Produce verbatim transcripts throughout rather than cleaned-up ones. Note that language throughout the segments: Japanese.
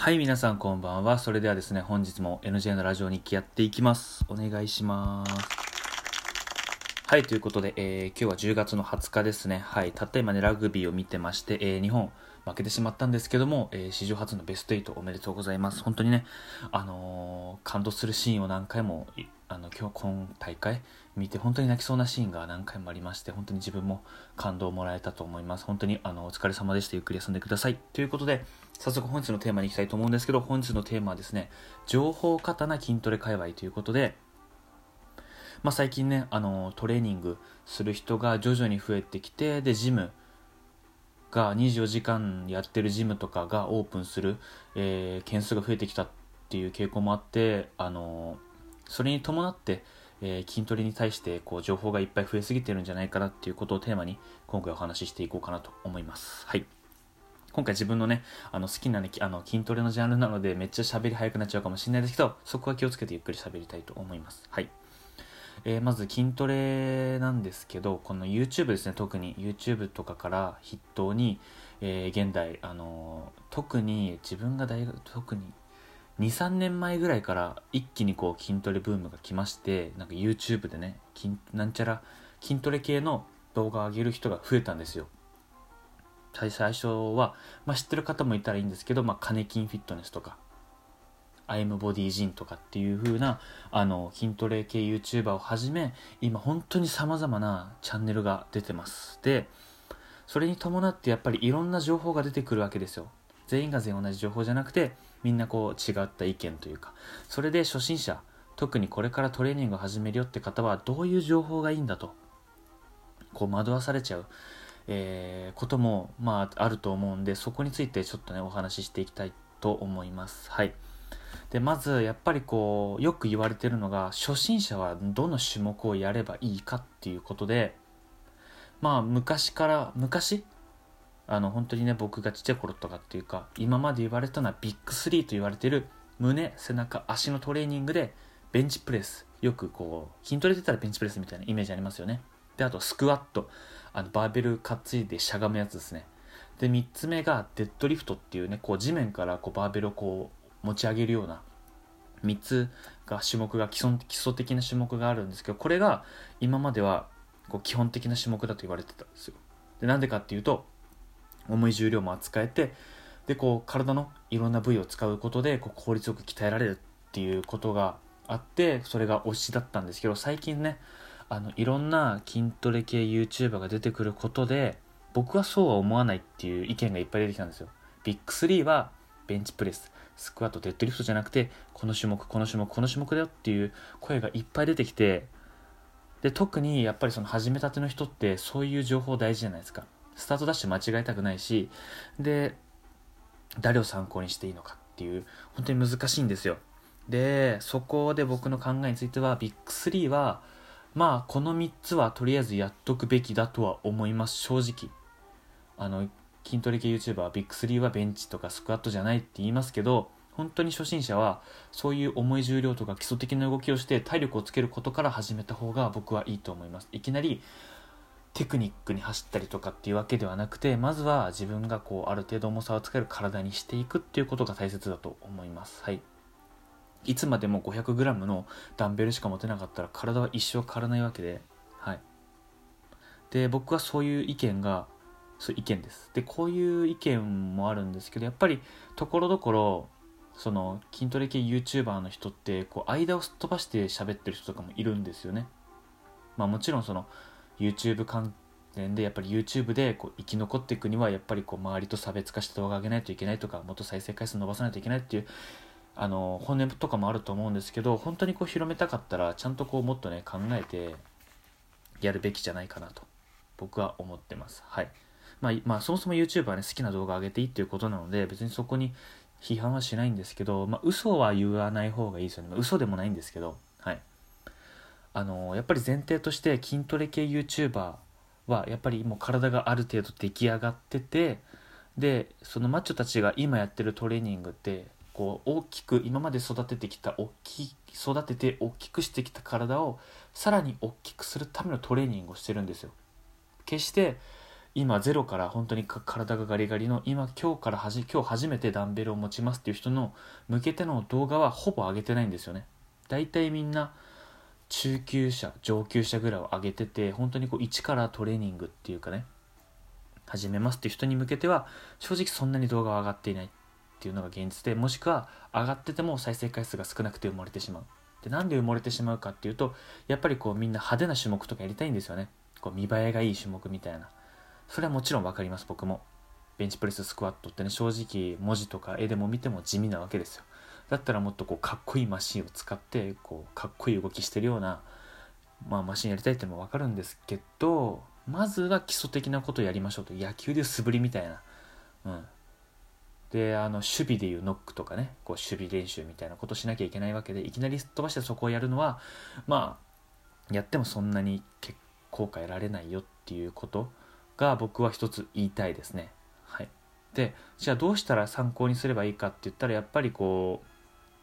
はい、皆さんこんばんは。それではですね、本日も エヌジェー のラジオ日記やっていきます。お願いします。はい、ということで、えー、今日はじゅうがつのはつかですね。はい、たった今ね、ラグビーを見てまして、えー、日本負けてしまったんですけども、えー、史上初のベストはちおめでとうございます。本当にね、あのー、感動するシーンを何回も、あの、今日、今大会見て、本当に泣きそうなシーンが何回もありまして、本当に自分も感動をもらえたと思います。本当に、あの、お疲れ様でした。ゆっくり休んでください。ということで、早速本日のテーマに行きたいと思うんですけど、本日のテーマはですね、情報過多な筋トレ界隈ということで、まあ、最近ね、あのトレーニングする人が徐々に増えてきて、でジムがにじゅうよじかんやってるジムとかがオープンする、えー件数が増えてきたっていう傾向もあって、あのそれに伴って、えー筋トレに対してこう情報がいっぱい増えすぎてるんじゃないかなっていうことをテーマに今回お話ししていこうかなと思います。はい。今回自分のね、あの好きな、ね、あの筋トレのジャンルなのでめっちゃ喋り早くなっちゃうかもしれないですけど、そこは気をつけてゆっくり喋りたいと思います。はい。えーまず筋トレなんですけど、この YouTube ですね、特に YouTube とかから筆頭に、えー現代、あのー特に自分が大学、特にに、さんねんまえぐらいから一気にこう筋トレブームが来まして、なんか YouTube でね、筋なんちゃら筋トレ系の動画を上げる人が増えたんですよ。最初は、まあ、知ってる方もいたらいいんですけど、まあ、カネキンフィットネスとか、アイムボディジンとかっていう風なあの筋トレ系 YouTuber をはじめ、今本当に様々なチャンネルが出てます。で、それに伴ってやっぱりいろんな情報が出てくるわけですよ。全員が全員同じ情報じゃなくて、みんなこう違った意見というか、それで初心者、特にこれからトレーニングを始めるよって方はどういう情報がいいんだと、こう惑わされちゃう、えーこともまああると思うんで、そこについてちょっとねお話ししていきたいと思います。はい。でまずやっぱりこうよく言われてるのが、初心者はどの種目をやればいいかっていうことで、まあ昔から昔あの本当にね、僕がちっちゃい頃とかっていうか、今まで言われたのはビッグスリーと言われてる胸、背中、足のトレーニングで、ベンチプレス、よくこう筋トレで言ったらベンチプレスみたいなイメージありますよね。であとスクワット、あのバーベル担いでしゃがむやつですね。でみっつめがデッドリフトっていうね、こう地面からこうバーベルをこう持ち上げるようなみっつが種目が基礎基礎的な種目があるんですけど、これが今まではこう基本的な種目だと言われてたんですよ。でなんでかっていうと、重い重量も扱えて、でこう体のいろんな部位を使うことでこう効率よく鍛えられるっていうことがあって、それが推しだったんですけど、最近ね、あのいろんな筋トレ系 YouTuber が出てくることで、僕はそうは思わないっていう意見がいっぱい出てきたんですよ。ビッグスリーはベンチプレス、スクワット、デッドリフトじゃなくて、この種目この種目この種目だよっていう声がいっぱい出てきて、で特にやっぱりその始めたての人ってそういう情報大事じゃないですか。スタートダッシュ間違えたくないし、で誰を参考にしていいのかっていう、本当に難しいんですよ。でそこで僕の考えについては、ビッグスリーはまあこのみっつはとりあえずやっとくべきだとは思います。正直あの筋トレ系 YouTuber はビッグスリーはベンチとかスクワットじゃないって言いますけど、本当に初心者はそういう重い重量とか基礎的な動きをして体力をつけることから始めた方が僕はいいと思います。いきなりテクニックに走ったりとかっていうわけではなくて、まずは自分がこうある程度重さを使える体にしていくっていうことが大切だと思います。はい。いつまでも ごひゃくグラム のダンベルしか持てなかったら体は一生変わらないわけで、はい。で僕はそういう意見がそういう意見です。でこういう意見もあるんですけど、やっぱりところどころその筋トレ系 YouTuber の人ってこう間をすっ飛ばして喋ってる人とかもいるんですよね。まあもちろんその YouTube 関連でやっぱり YouTube でこう生き残っていくには、やっぱりこう周りと差別化した動画を上げないといけないとか、もっと再生回数伸ばさないといけないっていうあの本音とかもあると思うんですけど、本当にこう広めたかったらちゃんとこうもっとね考えてやるべきじゃないかなと僕は思ってます。はい。まあ、まあそもそも YouTuber はね、好きな動画を上げていいっていうことなので、別にそこに批判はしないんですけど、まあ嘘は言わない方がいいですよね。まあ、嘘でもないんですけど、はい。あのやっぱり前提として筋トレ系 YouTuber はやっぱりもう体がある程度出来上がってて、でそのマッチョたちが今やってるトレーニングってこう大きく今まで育ててきた大きい育てて大きくしてきた体をさらに大きくするためのトレーニングをしてるんですよ。決して今ゼロから本当に体がガリガリの今今日からはじ今日初めてダンベルを持ちますっていう人の向けての動画はほぼ上げてないんですよね。だいたいみんな中級者上級者ぐらいを上げてて、本当にこう一からトレーニングっていうかね始めますっていう人に向けては正直そんなに動画は上がっていないっていうのが現実で、もしくは上がってても再生回数が少なくて埋もれてしまう。でなんで埋もれてしまうかっていうと、やっぱりこうみんな派手な種目とかやりたいんですよね。こう見栄えがいい種目みたいな。それはもちろん分かります。僕もベンチプレススクワットってね、正直文字とか絵でも見ても地味なわけですよ。だったらもっとこうかっこいいマシンを使ってこうかっこいい動きしてるような、まあ、マシンやりたいっていうのも分かるんですけど、まずは基礎的なことをやりましょうと。野球で素振りみたいな、うん、であの守備でいうノックとかね、こう守備練習みたいなことしなきゃいけないわけで、いきなりすっ飛ばしてそこをやるのはまあやってもそんなに結効果得られないよっていうことが僕は一つ言いたいですね。はい。でじゃあどうしたら参考にすればいいかって言ったら、やっぱりこう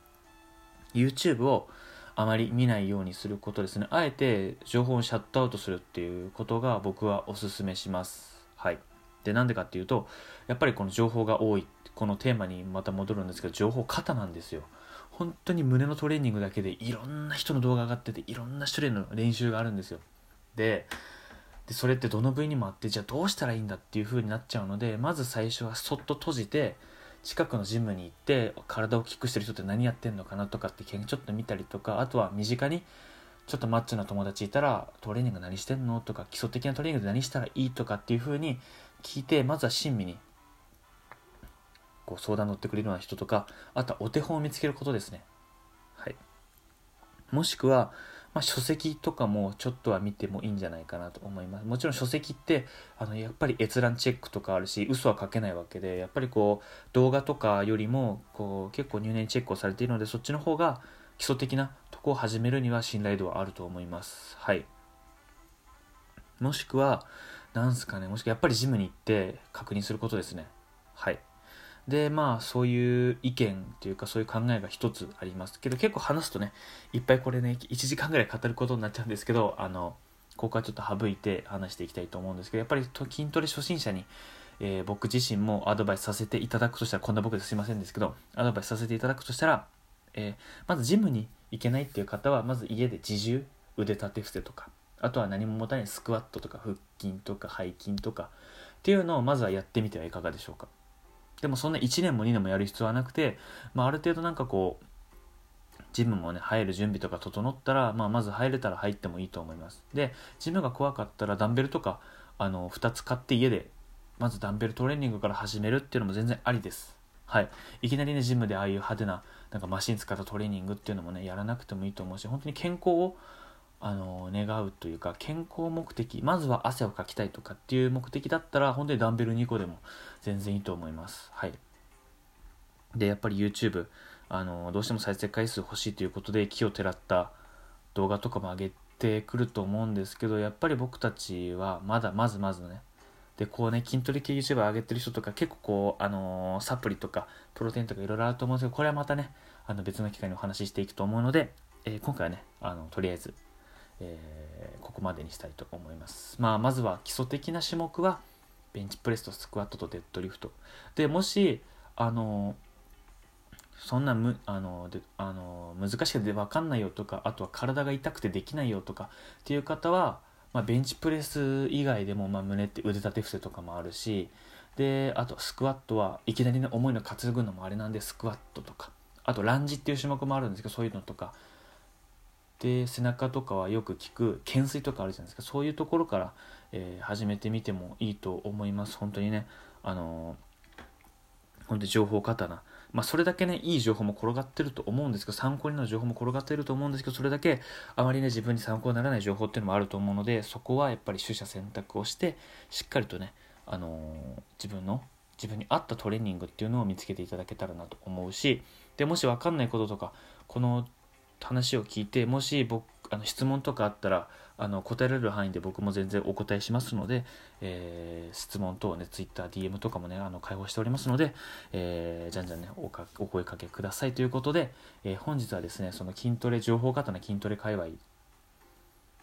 YouTube をあまり見ないようにすることですね。あえて情報をシャットアウトするっていうことが僕はおすすめします。はい。でなんでかっていうと、やっぱりこの情報が多い、このテーマにまた戻るんですけど、情報過多なんですよ。本当に胸のトレーニングだけでいろんな人の動画が上がってて、いろんな種類の練習があるんですよ。ででそれってどの部位にもあって、じゃあどうしたらいいんだっていう風になっちゃうので、まず最初はそっと閉じて近くのジムに行って体を大きくしてる人って何やってんのかなとかってちょっと見たりとか、あとは身近にちょっとマッチョな友達いたらトレーニング何してんのとか、基礎的なトレーニングで何したらいいとかっていう風に聞いて、まずは親身にこう相談乗ってくれるような人とか、あとはお手本を見つけることですね。はい。もしくは、まあ、書籍とかもちょっとは見てもいいんじゃないかなと思います。もちろん書籍ってあのやっぱり閲覧チェックとかあるし、嘘は書けないわけで、やっぱりこう動画とかよりもこう結構入念チェックをされているので、そっちの方が基礎的なとこを始めるには信頼度はあると思います。はい。もしくはなんすかね、もしくはやっぱりジムに行って確認することですね。はい。でまあそういう意見っていうかそういう考えが一つありますけど、結構話すとねいっぱいこれねいちじかんぐらい語ることになっちゃうんですけど、あのここはちょっと省いて話していきたいと思うんですけど、やっぱり筋トレ初心者に、えー、僕自身もアドバイスさせていただくとしたら、こんな僕ですいませんですけど、アドバイスさせていただくとしたら、えー、まずジムに行けないっていう方はまず家で自重腕立て伏せとか、あとは何も持たないスクワットとか腹筋とか背筋とかっていうのをまずはやってみてはいかがでしょうか。でもそんないちねんもにねんもやる必要はなくて、まあ、ある程度なんかこうジムもね入る準備とか整ったら、まあ、まず入れたら入ってもいいと思います。でジムが怖かったらダンベルとかあのふたつ買って家でまずダンベルトレーニングから始めるっていうのも全然ありです。はい。いきなりねジムでああいう派手ななんかマシン使ったトレーニングっていうのもねやらなくてもいいと思うし、本当に健康をあの願うというか、健康目的、まずは汗をかきたいとかっていう目的だったら本当にダンベルにこでも全然いいと思います。はい。でやっぱり YouTube あのどうしても再生回数欲しいということで木をてらった動画とかも上げてくると思うんですけど、やっぱり僕たちはまだまずまずね、でこうね筋トレ系 YouTuber 上げてる人とか結構こうあのー、サプリとかプロテインとかいろいろあると思うんですけど、これはまたねあの別の機会にお話ししていくと思うので、えー、今回はねあのとりあえずえー、ここまでにしたいと思います。まあ、まずは基礎的な種目はベンチプレスとスクワットとデッドリフトで、もしあのそんなむあのであの難しくて分かんないよとか、あとは体が痛くてできないよとかっていう方は、まあ、ベンチプレス以外でも、まあ、胸って腕立て伏せとかもあるし、であとスクワットはいきなりね重いの担ぐのもあれなんでスクワットとか、あとランジっていう種目もあるんですけど、そういうのとかで背中とかはよく効く懸垂とかあるじゃないですか。そういうところから、えー、始めてみてもいいと思います。本当にねあのー、本当に情報過多な、まあそれだけねいい情報も転がってると思うんですけど、参考になる情報も転がってると思うんですけど、それだけあまりね自分に参考にならない情報っていうのもあると思うので、そこはやっぱり取捨選択をしてしっかりとねあのー、自分の自分に合ったトレーニングっていうのを見つけていただけたらなと思うし、でもし分かんないこととかこの話を聞いて、もし僕あの質問とかあったらあの答えられる範囲で僕も全然お答えしますので、えー、質問等ね Twitter、ディーエム とかもねあの開放しておりますので、えー、じゃんじゃんね お, かお声かけくださいということで、えー、本日はですねその筋トレ情報型の筋トレ界隈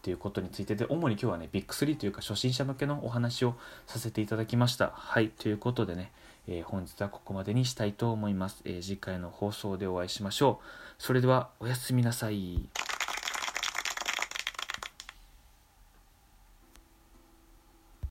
ということについてで、主に今日はね、ビッグスリーというか初心者向けのお話をさせていただきました。はい、ということでね、えー本日はここまでにしたいと思います。えー次回の放送でお会いしましょう。それではおやすみなさい。